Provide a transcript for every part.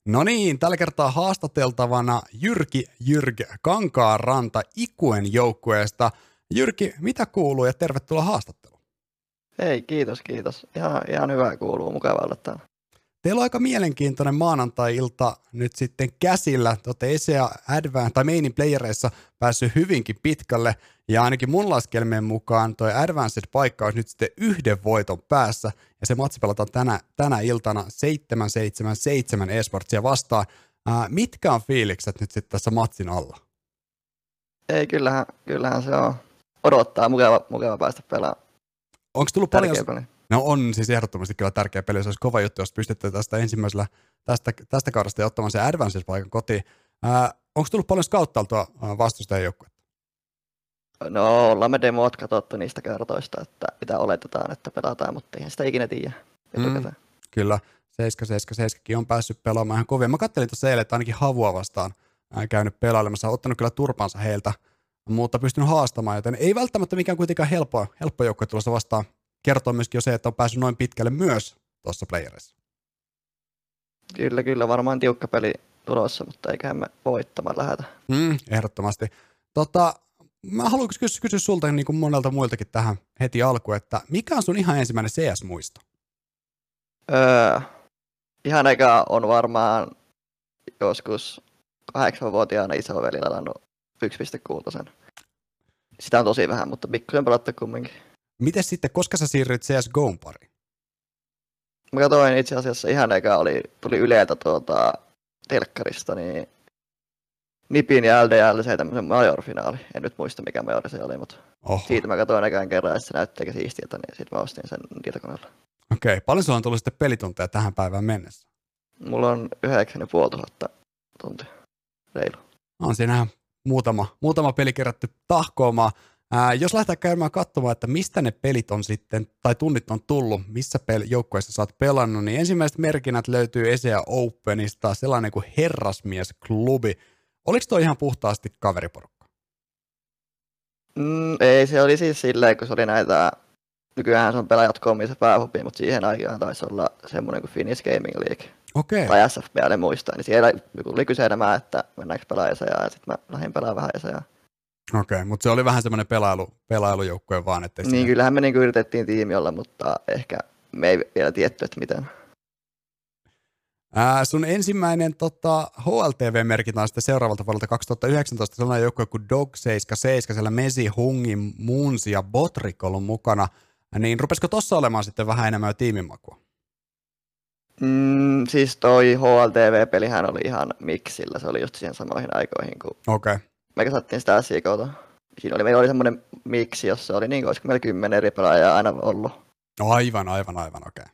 No niin, tällä kertaa haastateltavana Jyrki Kankaanranta Ikuen joukkueesta. Jyrki, mitä kuuluu ja tervetuloa haastatteluun. Hei, kiitos. Ihan hyvää kuuluu, mukava olla täällä. Teillä on aika mielenkiintoinen maanantai-ilta nyt sitten käsillä. Te olette ESEA tai Mainin playereissa päässyt hyvinkin pitkälle, ja ainakin mun laskelmien mukaan toi Advanced-paikka olisi nyt sitten yhden voiton päässä, ja se matsi pelataan tänä iltana 7-7 eSportsia vastaan. Mitkä on fiilikset nyt sitten tässä matsin alla? Ei, kyllähän se on. Odottaa, mukava päästä pelaamaan. Onko tullut paljon? No on siis ehdottomasti kyllä tärkeä peli. Se olisi kova juttu, jos pystytte tästä ensimmäisellä tästä kaudesta ottamaan sen Advanced-paikan kotiin. Onko tullut paljon scouttailtua vastustajan joukkuetta? No, ollaan me demot katsottu niistä kartoista, että mitä oletetaan, että pelataan, mutta eihän sitä ikinä tiedä. Kyllä, 7-7-7 on päässyt pelaamaan ihan kovia. Mä kattelin tuossa eilen, että ainakin Havua vastaan käynyt pelailemassa, on ottanut kyllä turpansa heiltä, mutta pystynyt haastamaan, joten ei välttämättä mikään kuitenkaan helppo joukkue tulossa vastaan. Kertoo myöskin jo se, että on päässyt noin pitkälle myös tuossa playerissa. Kyllä, varmaan tiukka peli tulossa, mutta eiköhän me voittamaan lähetä. Ehdottomasti. Mä haluan kysyä sulta niin kuin monelta muiltakin tähän heti alkuun, että mikä on sun ihan ensimmäinen CS-muisto? Ihan eka on varmaan joskus 8-vuotiaana isoveli ladannut 1.6. Sitä on tosi vähän, mutta pikkusen pelattu kumminkin. Miten sitten, koska sä siirryit CSGOn pariin? Mä katsoin itse asiassa ihan eka tuli Yleltä telkkarista, niin Nipin ja LDLC tämmöisen Major-finaali. En nyt muista mikä Major se oli, mutta siitä mä katsoin ekaan kerran, että se näytti aika siistiltä, niin sit mä ostin sen tietokoneella. Okei, paljon sulla on tullut sitten pelitunteja tähän päivään mennessä? Mulla on 9500 tuntia, reilu. On siinä muutama peli kerätty tahkoomaan. Jos lähdetään käymään katsomaan, että mistä ne pelit on sitten, tai tunnit on tullut, missä joukkueessa sä oot pelannut, niin ensimmäiset merkinnät löytyy ESEA Openista, sellainen kuin Herrasmies-klubi. Oliko toi ihan puhtaasti kaveriporukka? Ei, se oli siis silleen, kun se oli näitä, nykyään se on pelaajat.com se päähubi, mutta siihen aikaan taisi olla semmoinen kuin Finnish Gaming League. Okei. Tai SFPL muistaa, niin siellä tuli kyselemään, että mennäänkö pelaa ESEA, ja sitten mä lähdin pelaamaan vähän ESEA. Okei, mutta se oli vähän semmoinen pelailujoukkue vaan, ettei niin, kyllähän me niin yritettiin tiimi olla, mutta ehkä me ei vielä tiedetty, että miten. Sun ensimmäinen HLTV-merkintä on sitten seuraavalta vuodelta 2019 sellainen joukkue kuin Dog 77, siellä Mesi, Hungi, Moons ja Botrik ollut mukana. Niin rupesiko tossa olemaan sitten vähän enemmän jo tiimimakua? Siis toi HLTV-pelihän oli ihan miksillä, se oli just siihen samoihin aikoihin, kun me kasattiin sitä SJKta. Meillä oli semmoinen miksi, jossa oli niin, olisiko meillä 10 eri pelaajaa aina ollut. Aivan, okei.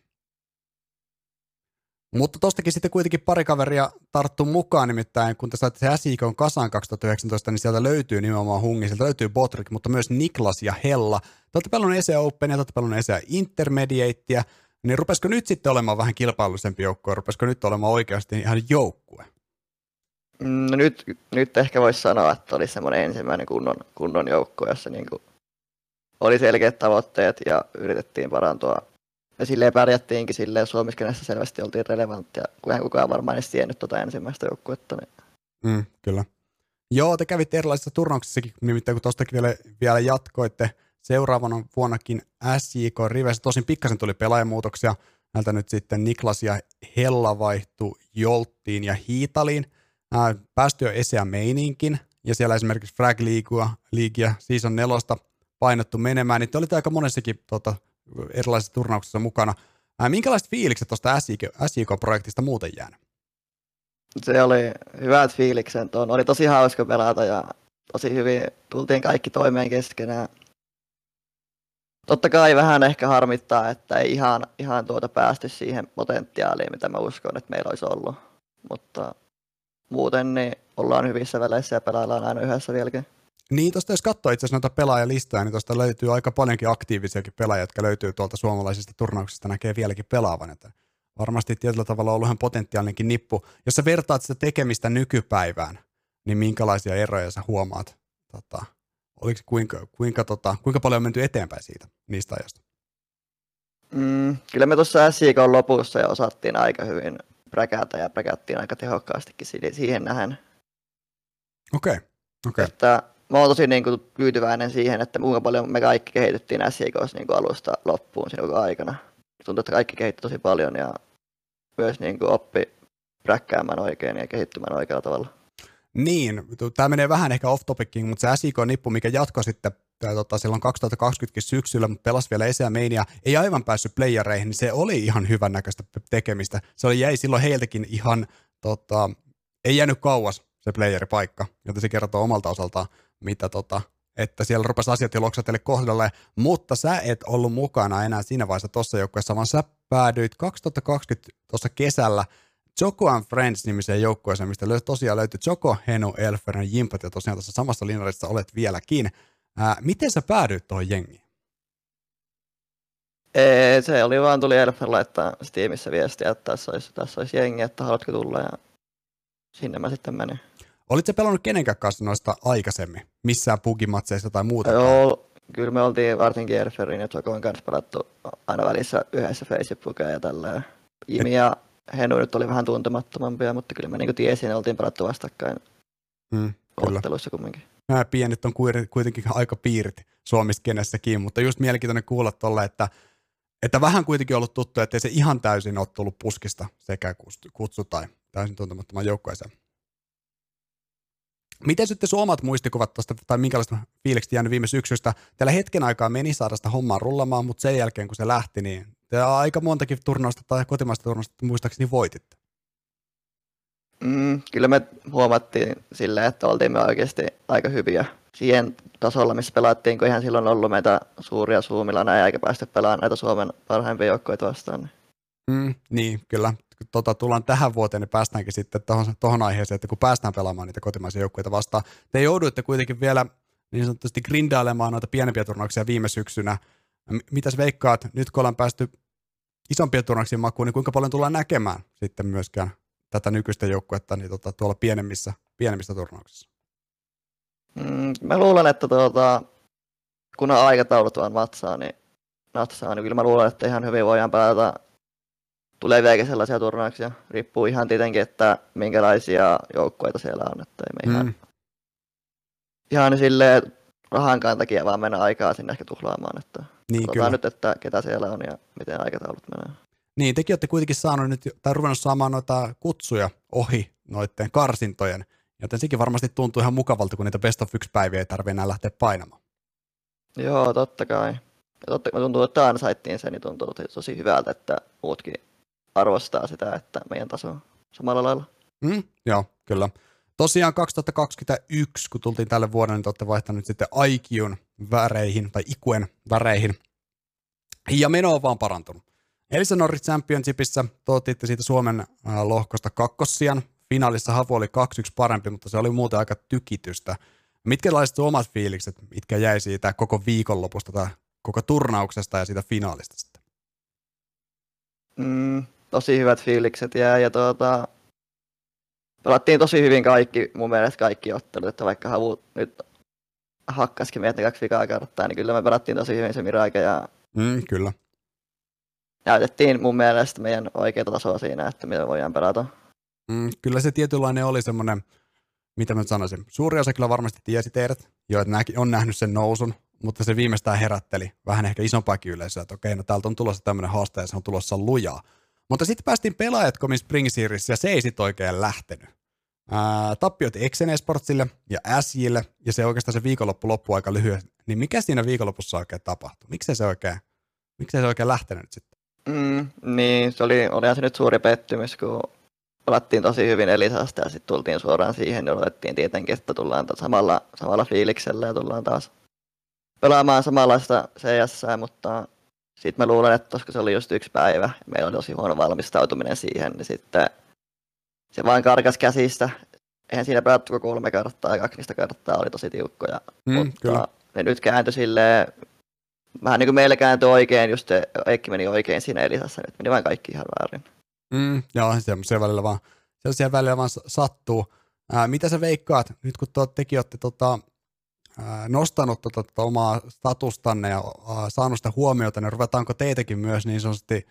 Mutta tostakin sitten kuitenkin pari kaveria tarttu mukaan, nimittäin kun te saitte se SJK:n kasaan 2019, niin sieltä löytyy nimenomaan Hungi, sieltä löytyy Botrik, mutta myös Niklas ja Hella. Te olette pelannut ESEA Openia, te olette pelannut ESEA Intermediatea, niin rupesiko nyt sitten olemaan vähän kilpailullisempi joukkue, rupesiko nyt olemaan oikeasti ihan joukkue? No nyt ehkä voisi sanoa, että oli semmoinen ensimmäinen kunnon joukkue, jossa niinku oli selkeät tavoitteet ja yritettiin parantua. Ja silleen pärjättiinkin, silleen Suomiskenessä selvästi oltiin relevanttia, kun eihän kukaan varmaan edes tiennyt ensimmäistä joukkuetta. Niin. Kyllä. Joo, te kävitte erilaisissa turnauksissakin, nimittäin kun tuostakin vielä jatkoitte seuraavana vuonnakin SJK-riveissä. Tosin pikkasen tuli pelaajamuutoksia. Näiltä nyt sitten Niklas ja Hella vaihtui Jolttiin ja Hiitaliin. Päästy jo ESEA Maininkin, ja siellä esimerkiksi Frag Leaguea Season 4 painottu menemään, niin te olitte aika monessakin erilaisissa turnauksissa mukana. Minkälaiset fiilikset tuosta SJK-projektista muuten jäänyt? Se oli hyvät fiilikset. Oli tosi hauska pelata ja tosi hyvin tultiin kaikki toimeen keskenään. Totta kai vähän ehkä harmittaa, että ei ihan päästy siihen potentiaaliin, mitä mä uskon, että meillä olisi ollut. Mutta muuten niin ollaan hyvissä väleissä ja pelaillaan aina yhdessä vieläkin. Niin, tuosta jos katsoo itse asiassa noita pelaajalistaa, niin tuosta löytyy aika paljonkin aktiivisiakin pelaajia, jotka löytyy tuolta suomalaisista turnauksista, näkee vieläkin pelaavan. Että varmasti tietyllä tavalla on ollut ihan potentiaalinenkin nippu. Jos sä vertaat sitä tekemistä nykypäivään, niin minkälaisia eroja sä huomaat? Oliko kuinka paljon on menty eteenpäin niistä ajoista? Kyllä me tuossa SJK lopussa jo osattiin aika hyvin präkätä ja präkättiin aika tehokkaastikin siihen nähen. Okei. Että mä oon tosi niin kuin tyytyväinen siihen, että kuinka paljon me kaikki kehityttiin SJK:ssa niin kuin alusta loppuun siinä koko aikana. Tuntuu, että kaikki kehittyi tosi paljon ja myös niin kuin oppi präkkäämään oikein ja kehittymään oikealla tavalla. Niin, tämä menee vähän ehkä off-topiciin, mutta se SJK-nippu, mikä jatkoi sitten silloin 2020 syksyllä, mutta pelasi vielä ESEA Mania, ei aivan päässyt playereihin, niin se oli ihan hyvän näköistä tekemistä. Jäi silloin heiltäkin ihan, ei jäänyt kauas se playeripaikka, joten se kertoo omalta osaltaan, että siellä rupesi asiat jo loksatelle kohdalle, mutta sä et ollut mukana enää siinä vaiheessa tuossa joukkueessa, vaan sä päädyit 2020 tuossa kesällä Choco and Friends-nimiseen joukkueeseen, mistä tosiaan löytyi Choco, Henu, Elferen ja Jimpat, ja tosiaan tuossa samassa linarissa olet vieläkin. Miten sä päädyit tuohon jengiin? Se oli vaan, tuli Elfer laittaa Steamissa viestiä, että tässä olisi jengi, että haluatko tulla, ja sinne mä sitten menin. Olitko pelannut kenenkään kanssa noista aikaisemmin? Missään pugimatseissa tai muuta? Joo, kyllä me oltiin varsinkin Elferin ja Chocon kanssa pelattu aina välissä yhdessä Facebookia ja tälleen. Jimi ja Henu nyt oli vähän tuntemattomampia, mutta kyllä me niin tiesin, oltiin pelattu vastakkain otteluissa kumminkin. Nämä pienet on kuitenkin aika piirit Suomessa-kenessäkin, mutta just mielenkiintoinen kuulla tuolla, että vähän kuitenkin ollut tuttu, ettei se ihan täysin ole tullut puskista sekä kutsu tai täysin tuntemattoman joukkueeseen. Miten sitten sun omat muistikuvat tuosta, tai minkälaista fiilikset jäänyt viime syksystä? Teillä hetken aikaa meni saada sitä hommaa rullamaan, mutta sen jälkeen kun se lähti, niin te aika montakin turnausta tai kotimaista turnausta muistaakseni voititte. Kyllä me huomattiin silleen, että oltiin me oikeasti aika hyviä siihen tasolla, missä pelattiin, kun ihan silloin ollut meitä suuria Suomilla, eikä päästä pelaamaan näitä Suomen parhaimpia joukkoja vastaan. Niin, kyllä. Tullaan tähän vuoteen, niin päästäänkin sitten tuohon aiheeseen, että kun päästään pelaamaan niitä kotimaisia joukkueita vastaan. Te jouduitte kuitenkin vielä niin sanotusti grindailemaan noita pienempiä turnauksia viime syksynä. Mitäs veikkaat, nyt kun ollaan päästy isompia turnauksien makuun, niin kuinka paljon tullaan näkemään sitten myöskään tätä nykyistä joukkuetta niin tuolla pienemmissä turnauksissa? Mä luulen, että kun aikataulut vaan natsaa, niin kyllä mä luulen, että ihan hyvin voidaan pelata tuleviakin sellaisia turnauksia. Riippuu ihan tietenkin, että minkälaisia joukkueita siellä on, että ei me ihan silleen rahankaan takia vaan mennä aikaa sinne ehkä tuhlaamaan, että katsotaan nyt, että ketä siellä on ja miten aikataulut menee. Niin, tekin olette kuitenkin saanut nyt, tai ruvennut saamaan noita kutsuja ohi noiden karsintojen, joten sekin varmasti tuntuu ihan mukavalta, kun niitä best of 1 päiviä ei tarvitse enää lähteä painamaan. Joo, totta kai. Ja tuntuu, että ansaittiin se, niin tuntuu tosi hyvältä, että muutkin arvostaa sitä, että meidän taso on samalla lailla. Joo, kyllä. Tosiaan 2021, kun tultiin tälle vuodelle, niin te olette vaihtaneet sitten IQn väreihin, tai Ikuen väreihin, ja meno on vaan parantunut. Elisa Nordic Championshipissa otitte siitä Suomen lohkosta kakkossijan. Finaalissa Havu oli 2-1 parempi, mutta se oli muuten aika tykitystä. Mitkälaiset omat fiilikset, mitkä jäi siitä koko viikonlopusta tai koko turnauksesta ja siitä finaalista sitten? Tosi hyvät fiilikset jäi ja pelattiin tosi hyvin mun mielestä kaikki ottelut, että vaikka Havu nyt hakkasikin meitä 2 vikaa karttaa, niin kyllä me pelattiin tosi hyvin se Mirage ja kyllä. Näytettiin mun mielestä meidän oikeaa tasoa siinä, että miten voidaan pelata. Kyllä se tietynlainen oli semmoinen, mitä mä sanoisin, suuri osa kyllä varmasti tiesi teidät, jo että on nähnyt sen nousun, mutta se viimeistään herätteli vähän ehkä isompaakin yleisöä, että okei, no täältä on tulossa tämmöinen haaste ja se on tulossa lujaa. Mutta sitten päästiin Pelaajat.comin Spring Series ja se ei sitten oikein lähtenyt. Tappiot Exen Esportsille ja SJille ja se oikeastaan se viikonloppu loppui aika lyhyen. Niin mikä siinä viikonlopussa oikein tapahtui? Miksei se oikein lähtenyt sitten? Niin, olihan se nyt suuri pettymys, kun pelattiin tosi hyvin Elisasta ja sitten tultiin suoraan siihen, niin odotettiin tietenkin, että tullaan samalla fiiliksellä ja tullaan taas pelaamaan samanlaista CS, mutta sitten mä luulen, että koska se oli just 1 päivä ja meillä oli tosi huono valmistautuminen siihen, niin sitten se vain karkas käsistä. Eihän siinä pelattu kuin 3 karttaa ja 2 niistä karttaa oli tosi tiukkoja, mutta kyllä. Ne nyt kääntyi silleen, vähän niin kuin meillä kääntyi oikein, just se Eikki meni oikein siinä Elisassa, nyt meni vain kaikki ihan väärin. Joo, se välillä vaan sattuu. Mitä sä veikkaat, nyt kun tekin olette nostanut omaa statustanne ja saanut sitä huomiota, niin ruvetaanko teitäkin myös niin sanotusti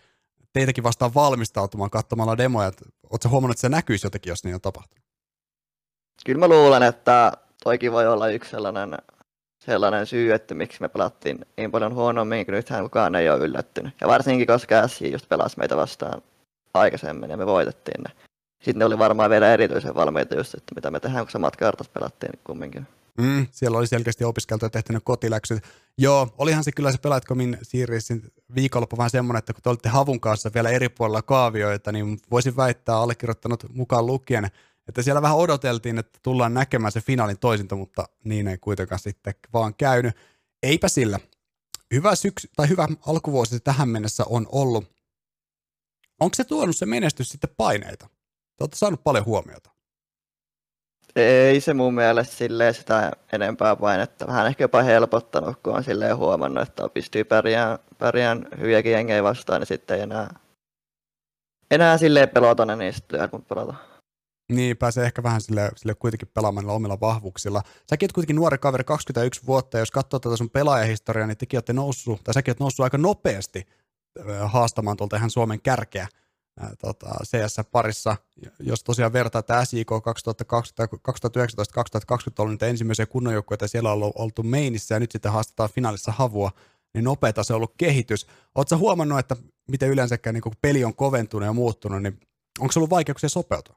teitäkin vastaan valmistautumaan katsomalla demoja. Oletko huomannut, että se näkyisi jotenkin, jos niin on tapahtunut? Kyllä mä luulen, että toikin voi olla yksi sellainen syy, että miksi me pelattiin niin paljon huonommin, kun nythän kukaan ei ole yllättynyt. Ja varsinkin, koska SJ just pelasi meitä vastaan aikaisemmin ja me voitettiin ne. Sitten ne oli varmaan vielä erityisen valmiita just, että mitä me tehdään, kun samat kartat pelattiin kumminkin. Siellä oli selkeästi opiskeltu ja tehty ne kotiläksyt. Joo, olihan se kyllä se Pelaat.comin Seriesin viikonloppu vähän semmoinen, että kun te olitte Havun kanssa vielä eri puolilla kaavioita, niin voisin väittää allekirjoittanut mukaan lukien, että siellä vähän odoteltiin, että tullaan näkemään se finaalin toisinto, mutta niin ei kuitenkaan sitten vaan käynyt. Eipä sillä. Hyvä alkuvuosi se tähän mennessä on ollut. Onko se tuonut se menestys sitten paineita? Te olette saanut paljon huomiota. Ei se mun mielestä silleen sitä enempää painetta. Vähän ehkä jopa helpottanut, kun on silleen huomannut, että pystyy pärjään hyviäkin jengejä vastaan, niin sitten ei enää silleen pelota ne niistä työt, mutta pelata. Niin, pääsee ehkä vähän sille kuitenkin pelaamaan omilla vahvuuksilla. Säkin oot kuitenkin nuori kaveri, 21 vuotta, ja jos katsoo tätä sun pelaajahistoriaa, niin säkin oot noussut aika nopeasti haastamaan tuolta ihan Suomen kärkeä CS-parissa. Jos tosiaan vertaa, että SJK 2019-2020 on nyt ensimmäisiä kunnon joukkueita, ja siellä on oltu meinissä, ja nyt sitten haastetaan finaalissa Havua, niin nopeata se on ollut kehitys. Ootko sä huomannut, että miten yleensäkään niin kun peli on koventunut ja muuttunut, niin onko se ollut vaikeuksia sopeutua?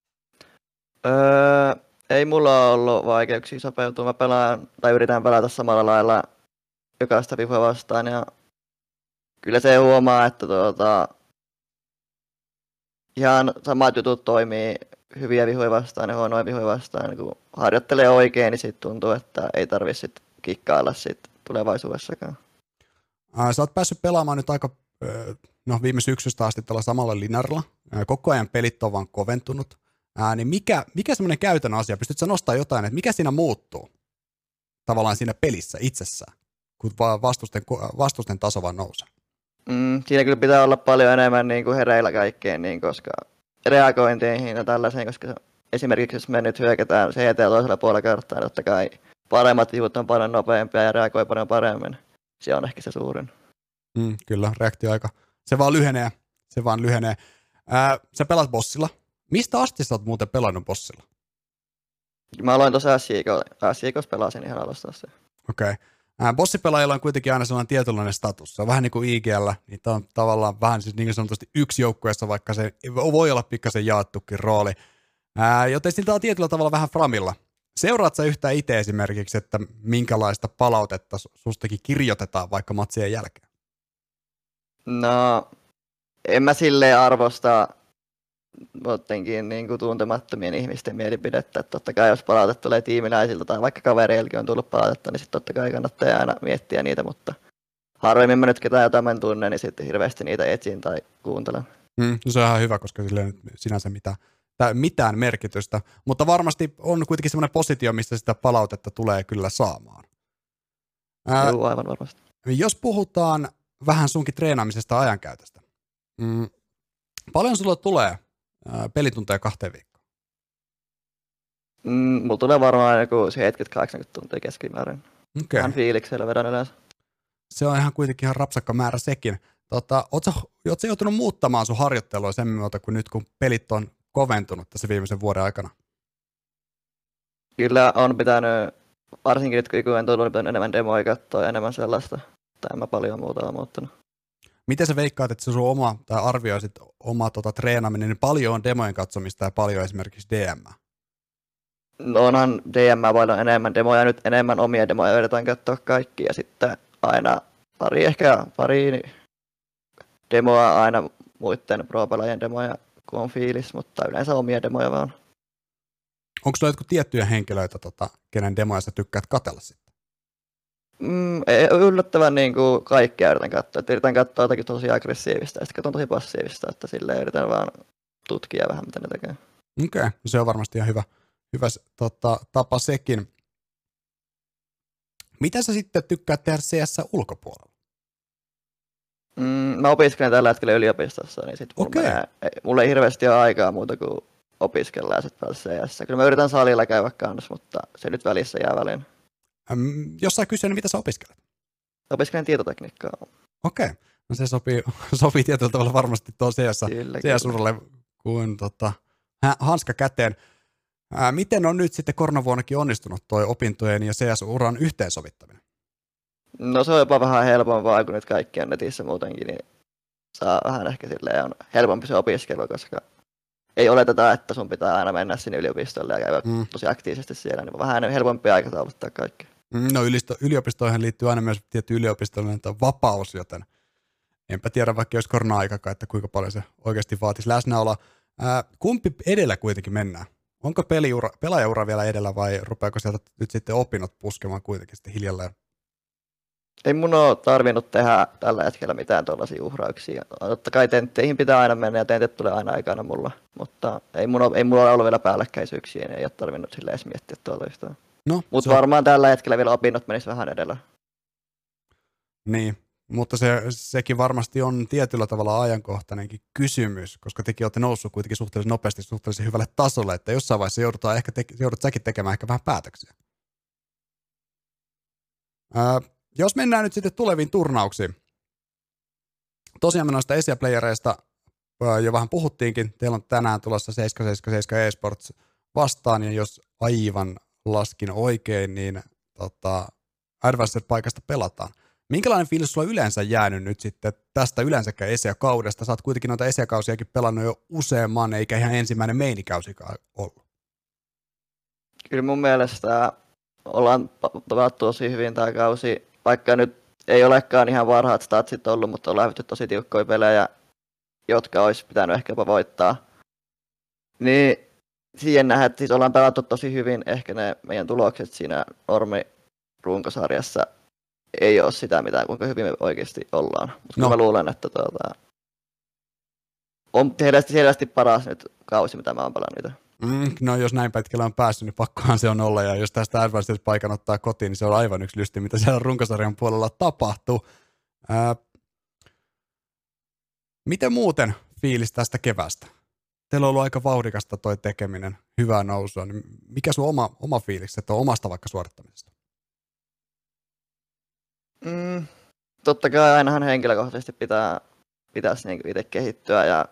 Ei mulla ollut vaikeuksia sopeutua. Mä yritän pelata samalla lailla jokaista vihoa vastaan, ja kyllä se huomaa, että ihan samat jutut toimii hyviä vihoja vastaan ja huonoja vihoja vastaan. Kun harjoittelee oikein, niin sit tuntuu, että ei tarvitse sit kikkailla sit tulevaisuudessakaan. Sä oot päässyt pelaamaan nyt aika viime syksystä asti tällä samalla linarilla. Koko ajan pelit on vaan koventunut. Niin mikä semmoinen käytännön asia? Pystytkö sä nostamaan jotain, että mikä siinä muuttuu tavallaan siinä pelissä itsessään, kun vastusten taso vaan nousee? Siinä kyllä pitää olla paljon enemmän niin kuin hereillä kaikkeen, niin koska reagointeihin ja tällaiseen, koska esimerkiksi jos me nyt hyökätään CT toisella puolella karttaa, niin totta kai paremmat vihut on paljon nopeampia ja reagoi paljon paremmin. Se on ehkä se suurin. Kyllä, reaktioaika. Se vaan lyhenee. Sä pelat bossilla. Mistä asti sä oot muuten pelannut bossilla? Mä aloin tuossa SJK:ssa pelasin ihan alusta asti. Okei. Bossipelaajilla on kuitenkin aina sellainen tietynlainen status. Se on vähän niin kuin IGL, niitä on tavallaan vähän siis niin sanotusti yksi joukkueessa, vaikka se voi olla pikkasen jaettukin rooli. Joten siltä on tietyllä tavalla vähän framilla. Seuraat sä yhtään itse esimerkiksi, että minkälaista palautetta sustakin kirjoitetaan vaikka matsien jälkeen? No, en mä silleen arvosta jotenkin niin kuin tuntemattomien ihmisten mielipidettä. Että totta kai jos palautetta tulee tiimiläisiltä tai vaikka kavereiltakin on tullut palautetta, niin sitten totta kai kannattaa aina miettiä niitä, mutta harvemmin mä nyt ketään jotain tunnen, niin sitten hirveästi niitä etsin tai kuuntelen. No se on ihan hyvä, koska sillä ei nyt sinänsä mitään merkitystä, mutta varmasti on kuitenkin semmoinen positio, mistä sitä palautetta tulee kyllä saamaan. Joo, aivan varmasti. Jos puhutaan vähän sunkin treenaamisesta ajankäytöstä, paljon sulla tulee pelitunteja 2 viikkoon? Mulla tulee varmaan joku 70-80 tuntia keskimäärin. Okay. Vähän fiiliksellä vedän yleensä. Se on ihan kuitenkin ihan rapsakka määrä sekin. Ootko joutunut muuttamaan sun harjoittelua sen myötä, kun nyt kun pelit on koventunut tässä viimeisen vuoden aikana? Kyllä on pitänyt, varsinkin nyt kun on tullut enemmän demoja katsoa ja enemmän sellaista. Tai en mä paljon muuta ole muuttunut. Miten sä veikkaat, että se sun oma, tai arvioisit oma treenaaminen, niin paljon on demojen katsomista ja paljon esimerkiksi DM? No onhan DM paljon enemmän demoja, nyt enemmän omia demoja yritetään katsoa kaikki ja sitten aina pari demoa aina muiden pro-pelaajien demoja, kun on fiilis, mutta yleensä omia demoja vaan. Onko sulla jotkut tiettyjä henkilöitä, kenen demoja sä tykkäät katsella sitten? Yllättävän niin kuin kaikkea yritän katsoa. Yritän katsoa jotakin tosi aggressiivista ja sitten katson tosi passiivista, että silleen yritän vaan tutkia vähän, mitä ne tekee. Okei, se on varmasti ihan hyvä tapa sekin. Mitä sä sitten tykkäät tehdä CS ulkopuolella? Mä opiskelen tällä hetkellä yliopistossa, niin sit mulla ei hirveästi ole aikaa muuta kuin opiskella ja sitten päästä CS. Kyllä mä yritän salilla käydä kanssa, mutta se nyt välissä jää väliin. Jos sä kysyä, niin mitä sä opiskelet? Opiskelen tietotekniikkaa. Okei. No se sopii tietyllä tavalla varmasti tuon Kyllä, CS-uralle kuin hanska käteen. Miten on nyt sitten koronavuonnakin onnistunut toi opintojen ja CS-uran yhteensovittaminen? No se on jopa vähän helpompaa, kun nyt kaikki on netissä muutenkin, niin saa vähän ehkä silleen, on helpompi se opiskelu, koska ei oleteta, että sun pitää aina mennä sinne yliopistolle ja käydä tosi aktiivisesti siellä, niin on vähän helpompi aikatauluttaa kaikki. No yliopistoihin liittyy aina myös tietty yliopistollinen vapaus, joten enpä tiedä, vaikka olisi korona-aikakaan, että kuinka paljon se oikeasti vaatisi läsnäoloa. Kumpi edellä kuitenkin mennään? Onko pelaajaura vielä edellä vai rupeako sieltä nyt sitten opinnot puskemaan kuitenkin sitten hiljalleen? Ei mun ole tarvinnut tehdä tällä hetkellä mitään tuollaisia uhrauksia. Totta kai tentteihin pitää aina mennä ja tentit tulee aina aikana mulla, mutta ei mulla ole ollut vielä päällekkäisyyksiä, niin ei ole tarvinnut silleen edes miettiä tuolta yhtään. No, mutta varmaan tällä hetkellä vielä opinnot menis vähän edellä. Niin, mutta sekin varmasti on tietyllä tavalla ajankohtainenkin kysymys, koska tekin olette noussut kuitenkin suhteellisen nopeasti suhteellisen hyvälle tasolle, että jossain vaiheessa joudut säkin tekemään ehkä vähän päätöksiä. Jos mennään nyt sitten tuleviin turnauksiin. Tosiaan me noista Asia-playereista jo vähän puhuttiinkin. Teillä on tänään tulossa 777 eSports vastaan, ja jos aivan laskin oikein, niin Advanced-paikasta pelataan. Minkälainen fiilis sulla on yleensä jäänyt nyt sitten tästä yleensäkään Asia-kaudesta? Sä oot kuitenkin noita Asia-kausiakin pelannut jo useamman, eikä ihan ensimmäinen meinikausikaan ollut. Kyllä mun mielestä ollaan pelattu tosi hyvin tämä kausi, vaikka nyt ei olekaan ihan varhaat statsit ollut, mutta ollaan lähdetty tosi tiukkoja pelejä, jotka olisi pitänyt ehkä jopa voittaa. Niin siihen nähdään, että siis ollaan pelattu tosi hyvin, ehkä ne meidän tulokset siinä normi-runkosarjassa ei ole sitä mitään, kuinka hyvin me oikeasti ollaan. Mutta mä luulen, että on selvästi paras nyt kausi, mitä mä oon pelannut niitä. No jos näin pitkälle on päässyt, niin pakkohan se on olla, ja jos tästä Advanced-paikan ottaa kotiin, niin se on aivan yksi lysti, mitä siellä runkosarjan puolella tapahtuu. Miten muuten fiilis tästä keväästä? Teillä on ollut aika vauhdikasta toi tekeminen, hyvää nousua, niin mikä sun oma fiilis, että on omasta vaikka suorittamisesta? Totta kai ainahan henkilökohtaisesti pitäisi niin itse kehittyä, ja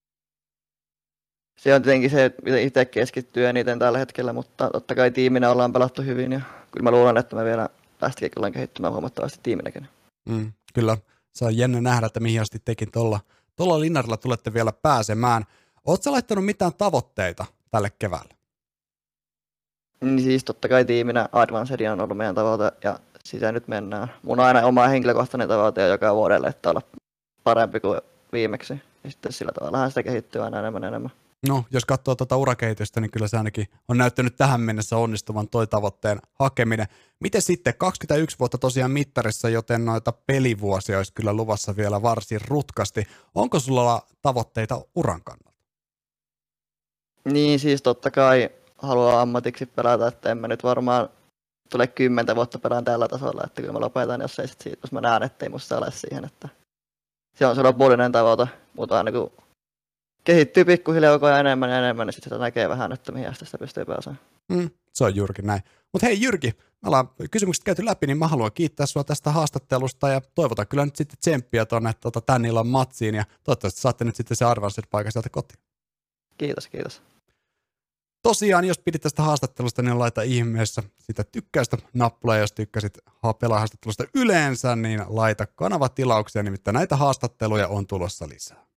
se on tietenkin se, mitä itse keskittyy eniten tällä hetkellä, mutta totta kai tiiminä ollaan pelattu hyvin, ja kyllä mä luulen, että me vielä tästäkin kyllä kehittymään huomattavasti tiiminäkin. Kyllä, se on jännä nähdä, että mihin asti tekin tuolla linnarilla tulette vielä pääsemään. Ootko sä laittanut mitään tavoitteita tälle keväälle? Niin siis totta kai tiiminä Advanced on ollut meidän tavoite, ja sitä nyt mennään. Mun on aina oma henkilökohtainen tavoite joka vuodelle, että olla parempi kuin viimeksi. Ja sitten sillä tavalla sitä kehittyy aina enemmän. No, jos katsoo tuota urakehitystä, niin kyllä se ainakin on näyttänyt tähän mennessä onnistuvan toi tavoitteen hakeminen. Miten sitten 21 vuotta tosiaan mittarissa, joten noita pelivuosia olisi kyllä luvassa vielä varsin rutkasti. Onko sulla tavoitteita uran kannalta? Niin, siis totta kai haluaa ammatiksi pelata, että en mä nyt varmaan tule 10 vuotta pelaan tällä tasolla, että kyllä mä lopetan, jos mä näen, ettei musta ole siihen, että se on se lopullinen tavoite, mutta aina kun kehittyy pikkuhiljaa koko ajan enemmän, niin sitten sitä näkee vähän, että mihin asti sitä pystyy pääsemään. Se on Jyrki näin. Mutta hei Jyrki, me ollaan kysymykset käyty läpi, niin mä haluan kiittää sua tästä haastattelusta ja toivotan kyllä nyt sitten tsemppiä tuonne tän illan matsiin ja toivottavasti saatte nyt sitten se Advanced-paikan sieltä kotiin. Kiitos. Tosiaan, jos pidit tästä haastattelusta, niin laita ihmeessä sitä tykkäystä nappulaa, jos tykkäsit pelahaastattelusta yleensä, niin laita kanavatilauksia, nimittäin näitä haastatteluja on tulossa lisää.